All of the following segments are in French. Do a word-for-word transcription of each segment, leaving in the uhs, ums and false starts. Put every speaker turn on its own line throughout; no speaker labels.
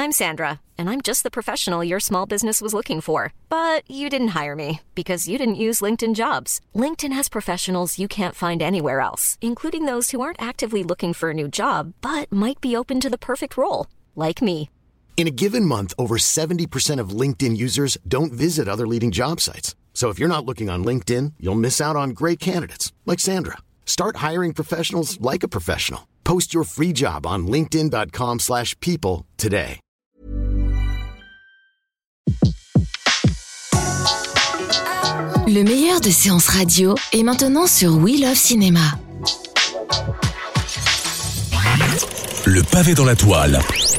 I'm Sandra, and I'm just the professional your small business was looking for. But you didn't hire me because you didn't use LinkedIn Jobs. LinkedIn has professionals you can't find anywhere else, including those who aren't actively looking for a new job, but might be open to the perfect role, like me.
In a given month, over seventy percent of LinkedIn users don't visit other leading job sites. So if you're not looking on LinkedIn, you'll miss out on great candidates like Sandra. Start hiring professionals like a professional. Post your free job on linkedin.com slash people today.
Le meilleur de séances radio est maintenant sur We Love Cinéma.
Le pavé dans la toile.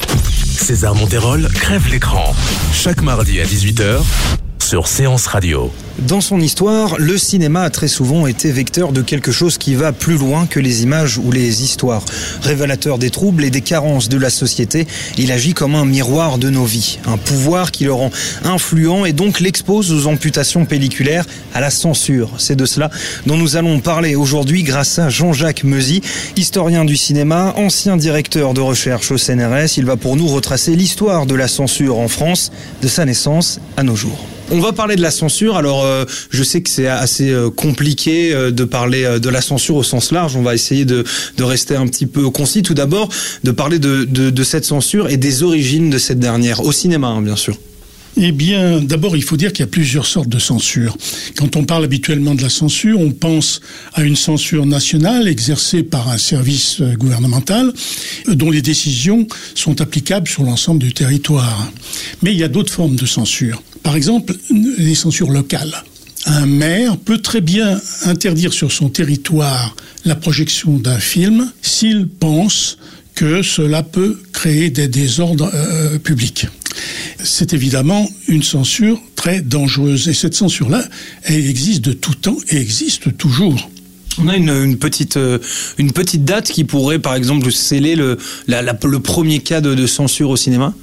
César Monterol crève l'écran. Chaque mardi à dix-huit heures sur Séance Radio.
Dans son histoire, le cinéma a très souvent été vecteur de quelque chose qui va plus loin que les images ou les histoires. Révélateur des troubles et des carences de la société, il agit comme un miroir de nos vies. Un pouvoir qui le rend influent et donc l'expose aux amputations pelliculaires, à la censure. C'est de cela dont nous allons parler aujourd'hui grâce à Jean-Jacques Meuzy, historien du cinéma, ancien directeur de recherche au C N R S. Il va pour nous retracer l'histoire de la censure en France, de sa naissance à nos jours. On va parler de la censure. Alors, euh, je sais que c'est assez euh, compliqué euh, de parler euh, de la censure au sens large. On va essayer de, de rester un petit peu concis. Tout d'abord, de parler de, de, de cette censure et des origines de cette dernière, au cinéma, hein, bien sûr.
Eh bien, d'abord, il faut dire qu'il y a plusieurs sortes de censure. Quand on parle habituellement de la censure, on pense à une censure nationale exercée par un service gouvernemental dont les décisions sont applicables sur l'ensemble du territoire. Mais il y a d'autres formes de censure. Par exemple, les censures locales. Un maire peut très bien interdire sur son territoire la projection d'un film s'il pense que cela peut créer des désordres euh, publics. C'est évidemment une censure très dangereuse. Et cette censure-là, elle existe de tout temps et existe toujours.
On a une, une petite euh, une petite date qui pourrait, par exemple, sceller le, la, la, le premier cas de, de censure au cinéma.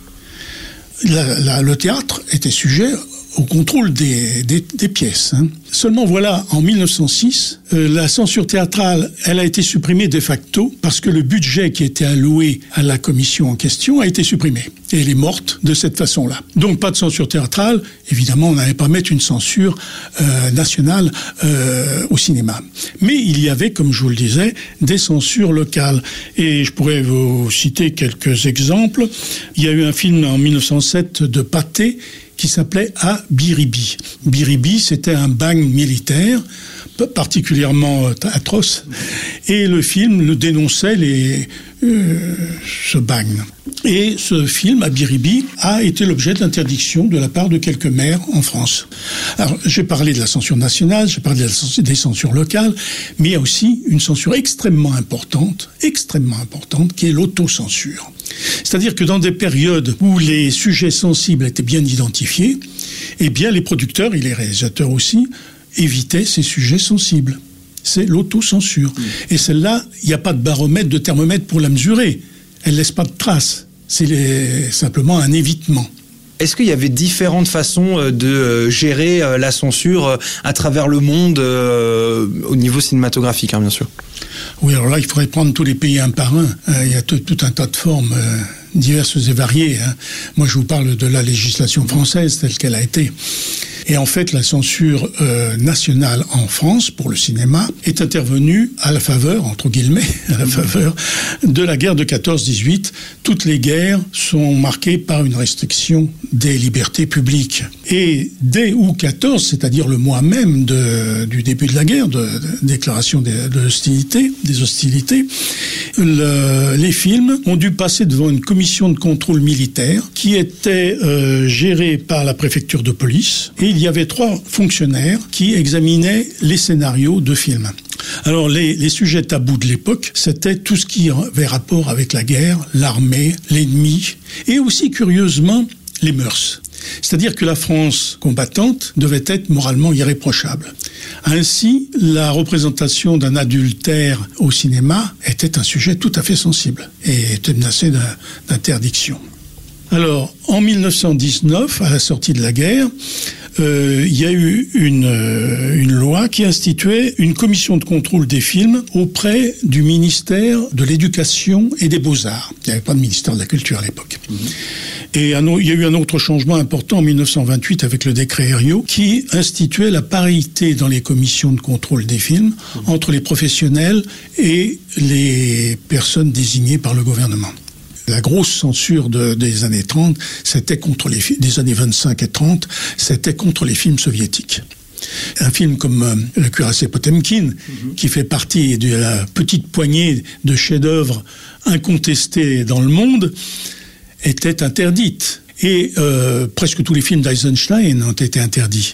La, la, le théâtre était sujet au contrôle des, des, des pièces. Hein. Seulement voilà, en mille neuf cent six, euh, la censure théâtrale, elle a été supprimée de facto parce que le budget qui était alloué à la commission en question a été supprimé. Et elle est morte de cette façon-là. Donc pas de censure théâtrale. Évidemment, on n'allait pas mettre une censure euh, nationale euh, au cinéma. Mais il y avait, comme je vous le disais, des censures locales. Et je pourrais vous citer quelques exemples. Il y a eu un film en mille neuf cent sept de Pathé qui s'appelait À Biribi. Biribi, c'était un bagne militaire particulièrement atroce. Et le film le dénonçait les, euh, ce bagne. Et ce film, À Biribi, a été l'objet d'interdiction de la part de quelques maires en France. Alors, j'ai parlé de la censure nationale, j'ai parlé de la censure, des censures locales, mais il y a aussi une censure extrêmement importante, extrêmement importante, qui est l'autocensure. C'est-à-dire que dans des périodes où les sujets sensibles étaient bien identifiés, eh bien, les producteurs et les réalisateurs aussi évitaient ces sujets sensibles. C'est l'autocensure. Mmh. Et celle-là, il n'y a pas de baromètre, de thermomètre pour la mesurer. Elle ne laisse pas de traces. C'est les, simplement un évitement.
Est-ce qu'il y avait différentes façons de gérer la censure à travers le monde euh, au niveau cinématographique, hein, bien sûr?
Oui, alors là, il faudrait prendre tous les pays un par un. Euh, il y a tout, tout un tas de formes euh, diverses et variées. Hein. Moi, je vous parle de la législation française telle qu'elle a été. Et en fait, la censure euh, nationale en France, pour le cinéma, est intervenue à la faveur, entre guillemets, à la faveur de la guerre de quatorze dix-huit. Toutes les guerres sont marquées par une restriction des libertés publiques. Et dès août quatorze, c'est-à-dire le mois même de, du début de la guerre, de, de déclaration de, de hostilité, des hostilités, le, les films ont dû passer devant une commission de contrôle militaire qui était euh, gérée par la préfecture de police. Et il y avait trois fonctionnaires qui examinaient les scénarios de films. Alors, les, les sujets tabous de l'époque, c'était tout ce qui avait rapport avec la guerre, l'armée, l'ennemi, et aussi, curieusement, les mœurs. C'est-à-dire que la France combattante devait être moralement irréprochable. Ainsi, la représentation d'un adultère au cinéma était un sujet tout à fait sensible et était menacé d'interdiction. Alors, en mille neuf cent dix-neuf, à la sortie de la guerre, euh, il y a eu une, euh, une loi qui instituait une commission de contrôle des films auprès du ministère de l'Éducation et des Beaux-Arts. Il n'y avait pas de ministère de la Culture à l'époque. Mmh. Et un, il y a eu un autre changement important en mille neuf cent vingt-huit avec le décret Herriot qui instituait la parité dans les commissions de contrôle des films entre les professionnels et les personnes désignées par le gouvernement. La grosse censure de, des années trente, c'était contre les des années vingt-cinq et trente, c'était contre les films soviétiques. Un film comme euh, Le cuirassé Potemkin, mmh. qui fait partie de la petite poignée de chefs-d'œuvre incontestés dans le monde, était interdite. Et euh, presque tous les films d'Eisenstein ont été interdits.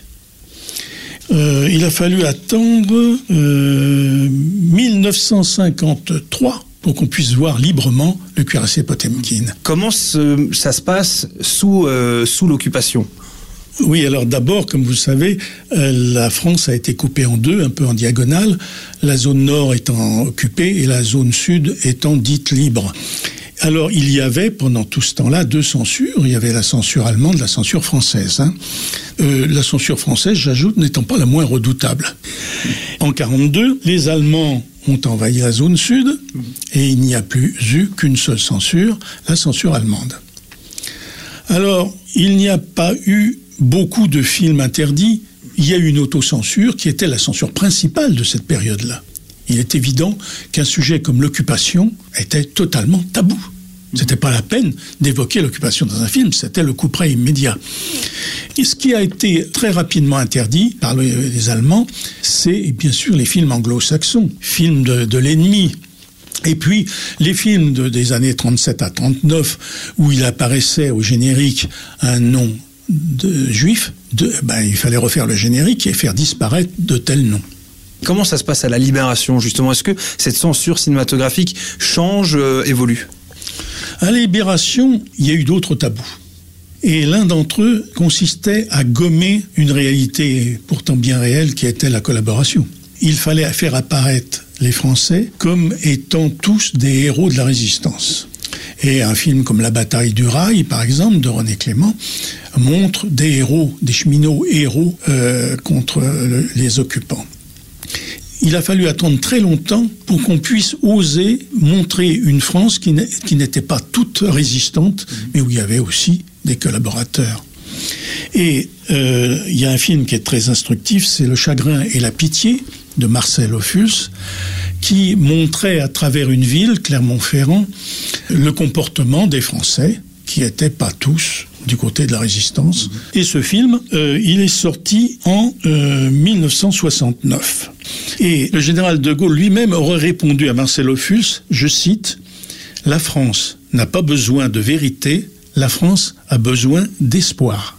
Euh, il a fallu attendre euh, mille neuf cent cinquante-trois pour qu'on puisse voir librement Le cuirassé Potemkin.
Comment ce, ça se passe sous, euh, sous l'occupation ?
Oui, alors d'abord, comme vous le savez, euh, la France a été coupée en deux, un peu en diagonale, la zone nord étant occupée et la zone sud étant dite libre. Alors, il y avait, pendant tout ce temps-là, deux censures. Il y avait la censure allemande, la censure française. Hein. Euh, la censure française, j'ajoute, n'étant pas la moins redoutable. En quarante-deux, les Allemands ont envahi la zone sud et il n'y a plus eu qu'une seule censure, la censure allemande. Alors, il n'y a pas eu beaucoup de films interdits. Il y a eu une autocensure qui était la censure principale de cette période-là. Il est évident qu'un sujet comme l'occupation était totalement tabou. C'était pas la peine d'évoquer l'occupation dans un film, c'était le coup près immédiat. Et ce qui a été très rapidement interdit par les Allemands, c'est bien sûr les films anglo-saxons, films de, de l'ennemi. Et puis, les films de, des années trente-sept à trente-neuf, où il apparaissait au générique un nom de juif, de, ben, il fallait refaire le générique et faire disparaître de tels noms.
Comment ça se passe à la Libération, justement ? Est-ce que cette censure cinématographique change, euh, évolue ?
À la Libération, il y a eu d'autres tabous. Et l'un d'entre eux consistait à gommer une réalité pourtant bien réelle qui était la collaboration. Il fallait faire apparaître les Français comme étant tous des héros de la résistance. Et un film comme La bataille du Rail, par exemple, de René Clément, montre des héros, des cheminots héros euh, contre le, les occupants. Il a fallu attendre très longtemps pour qu'on puisse oser montrer une France qui, qui n'était pas toute résistante, mais où il y avait aussi des collaborateurs. Et euh, il y a un film qui est très instructif, c'est Le chagrin et la pitié de Marcel Ophuls, qui montrait à travers une ville, Clermont-Ferrand, le comportement des Français, qui n'étaient pas tous du côté de la résistance. Et ce film, euh, il est sorti en euh, mille neuf cent soixante-neuf. Et le général de Gaulle lui-même aurait répondu à Marcel Ophuls, je cite, « La France n'a pas besoin de vérité, la France a besoin d'espoir ».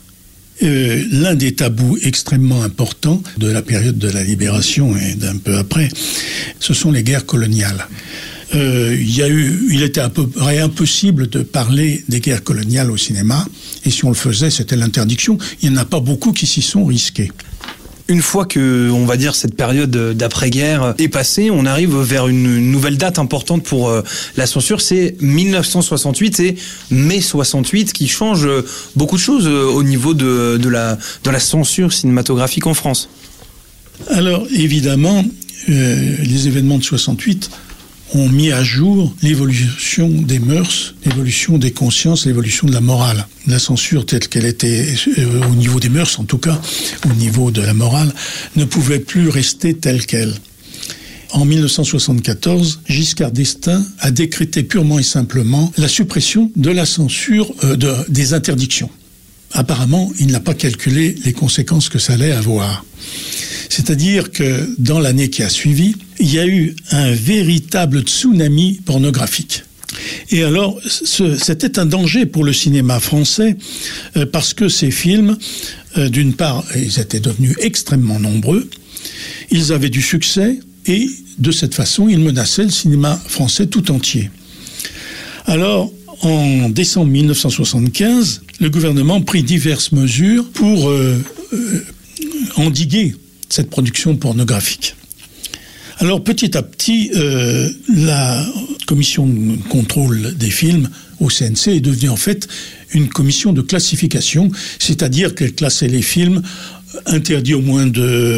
Euh, l'un des tabous extrêmement importants de la période de la Libération et d'un peu après, ce sont les guerres coloniales. Euh, il y a eu, il était à peu près impossible de parler des guerres coloniales au cinéma, et si on le faisait, c'était l'interdiction. Il n'y en a pas beaucoup qui s'y sont risqués.
Une fois que, on va dire, cette période d'après-guerre est passée, on arrive vers une nouvelle date importante pour euh, la censure, c'est mille neuf cent soixante-huit et mai soixante-huit qui change beaucoup de choses euh, au niveau de, de, la, de la censure cinématographique en France.
Alors, évidemment, euh, les événements de soixante-huit ont mis à jour l'évolution des mœurs, l'évolution des consciences, l'évolution de la morale. La censure telle qu'elle était, euh, au niveau des mœurs en tout cas, au niveau de la morale, ne pouvait plus rester telle qu'elle. En mille neuf cent soixante-quatorze, Giscard d'Estaing a décrété purement et simplement la suppression de la censure, euh, de, des interdictions. Apparemment, il n'a pas calculé les conséquences que ça allait avoir. C'est-à-dire que dans l'année qui a suivi, il y a eu un véritable tsunami pornographique. Et alors, ce, c'était un danger pour le cinéma français, euh, parce que ces films, euh, d'une part, ils étaient devenus extrêmement nombreux, ils avaient du succès, et de cette façon, ils menaçaient le cinéma français tout entier. Alors, en décembre mille neuf cent soixante-quinze, le gouvernement prit diverses mesures pour euh, euh, endiguer cette production pornographique. Alors petit à petit, euh, la commission de contrôle des films au C N C est devenue en fait une commission de classification, c'est-à-dire qu'elle classait les films interdits au moins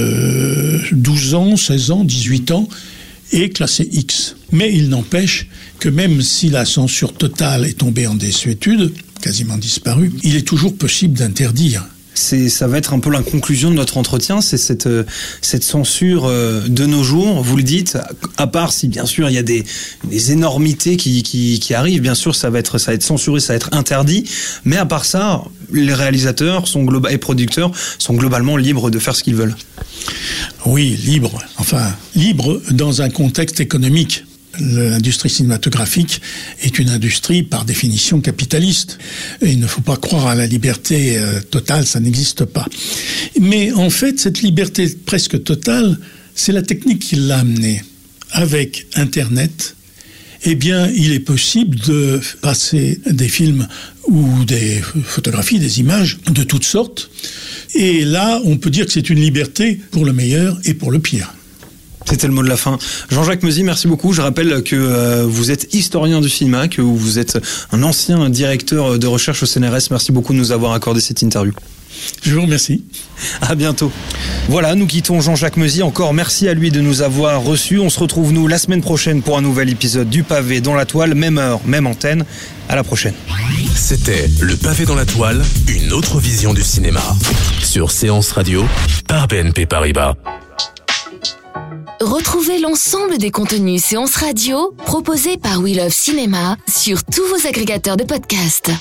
de douze ans, seize ans, dix-huit ans et classés X. Mais il n'empêche que même si la censure totale est tombée en désuétude, quasiment disparu. Il est toujours possible d'interdire.
C'est, ça va être un peu la conclusion de notre entretien, c'est cette, cette censure de nos jours, vous le dites, à part si bien sûr il y a des, des énormités qui, qui, qui arrivent, bien sûr ça va, être, ça va être censuré, ça va être interdit, mais à part ça, les réalisateurs sont globa- et producteurs sont globalement libres de faire ce qu'ils veulent.
Oui, libres, enfin libres dans un contexte économique. L'industrie cinématographique est une industrie par définition capitaliste. Et il ne faut pas croire à la liberté euh, totale, ça n'existe pas. Mais en fait, cette liberté presque totale, c'est la technique qui l'a amenée. Avec Internet, eh bien, il est possible de passer des films ou des photographies, des images de toutes sortes. Et là, on peut dire que c'est une liberté pour le meilleur et pour le pire.
C'était le mot de la fin. Jean-Jacques Meuzy, merci beaucoup. Je rappelle que euh, vous êtes historien du cinéma, que vous êtes un ancien directeur de recherche au C N R S. Merci beaucoup de nous avoir accordé cette interview.
Je vous remercie.
À bientôt. Voilà, nous quittons Jean-Jacques Meuzy. Encore merci à lui de nous avoir reçus. On se retrouve, nous, la semaine prochaine pour un nouvel épisode du Pavé dans la Toile. Même heure, même antenne. À la prochaine.
C'était Le Pavé dans la Toile, une autre vision du cinéma. Sur Séance Radio, par B N P Paribas.
Retrouvez l'ensemble des contenus Séance Radio proposés par We Love Cinéma sur tous vos agrégateurs de podcasts.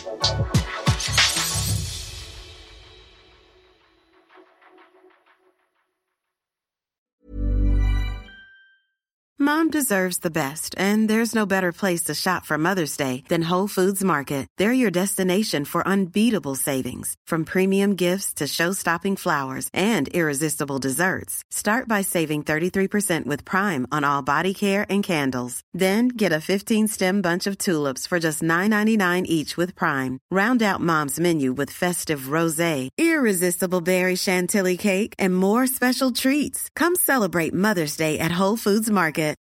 Mom deserves the best, and there's no better place to shop for Mother's Day than Whole Foods Market. They're your destination for unbeatable savings, from premium gifts to show-stopping flowers and irresistible desserts. Start by saving thirty-three percent with Prime on all body care and candles. Then get a fifteen-stem bunch of tulips for just nine ninety-nine each with Prime. Round out Mom's menu with festive rosé, irresistible berry chantilly cake, and more special treats. Come celebrate Mother's Day at Whole Foods Market.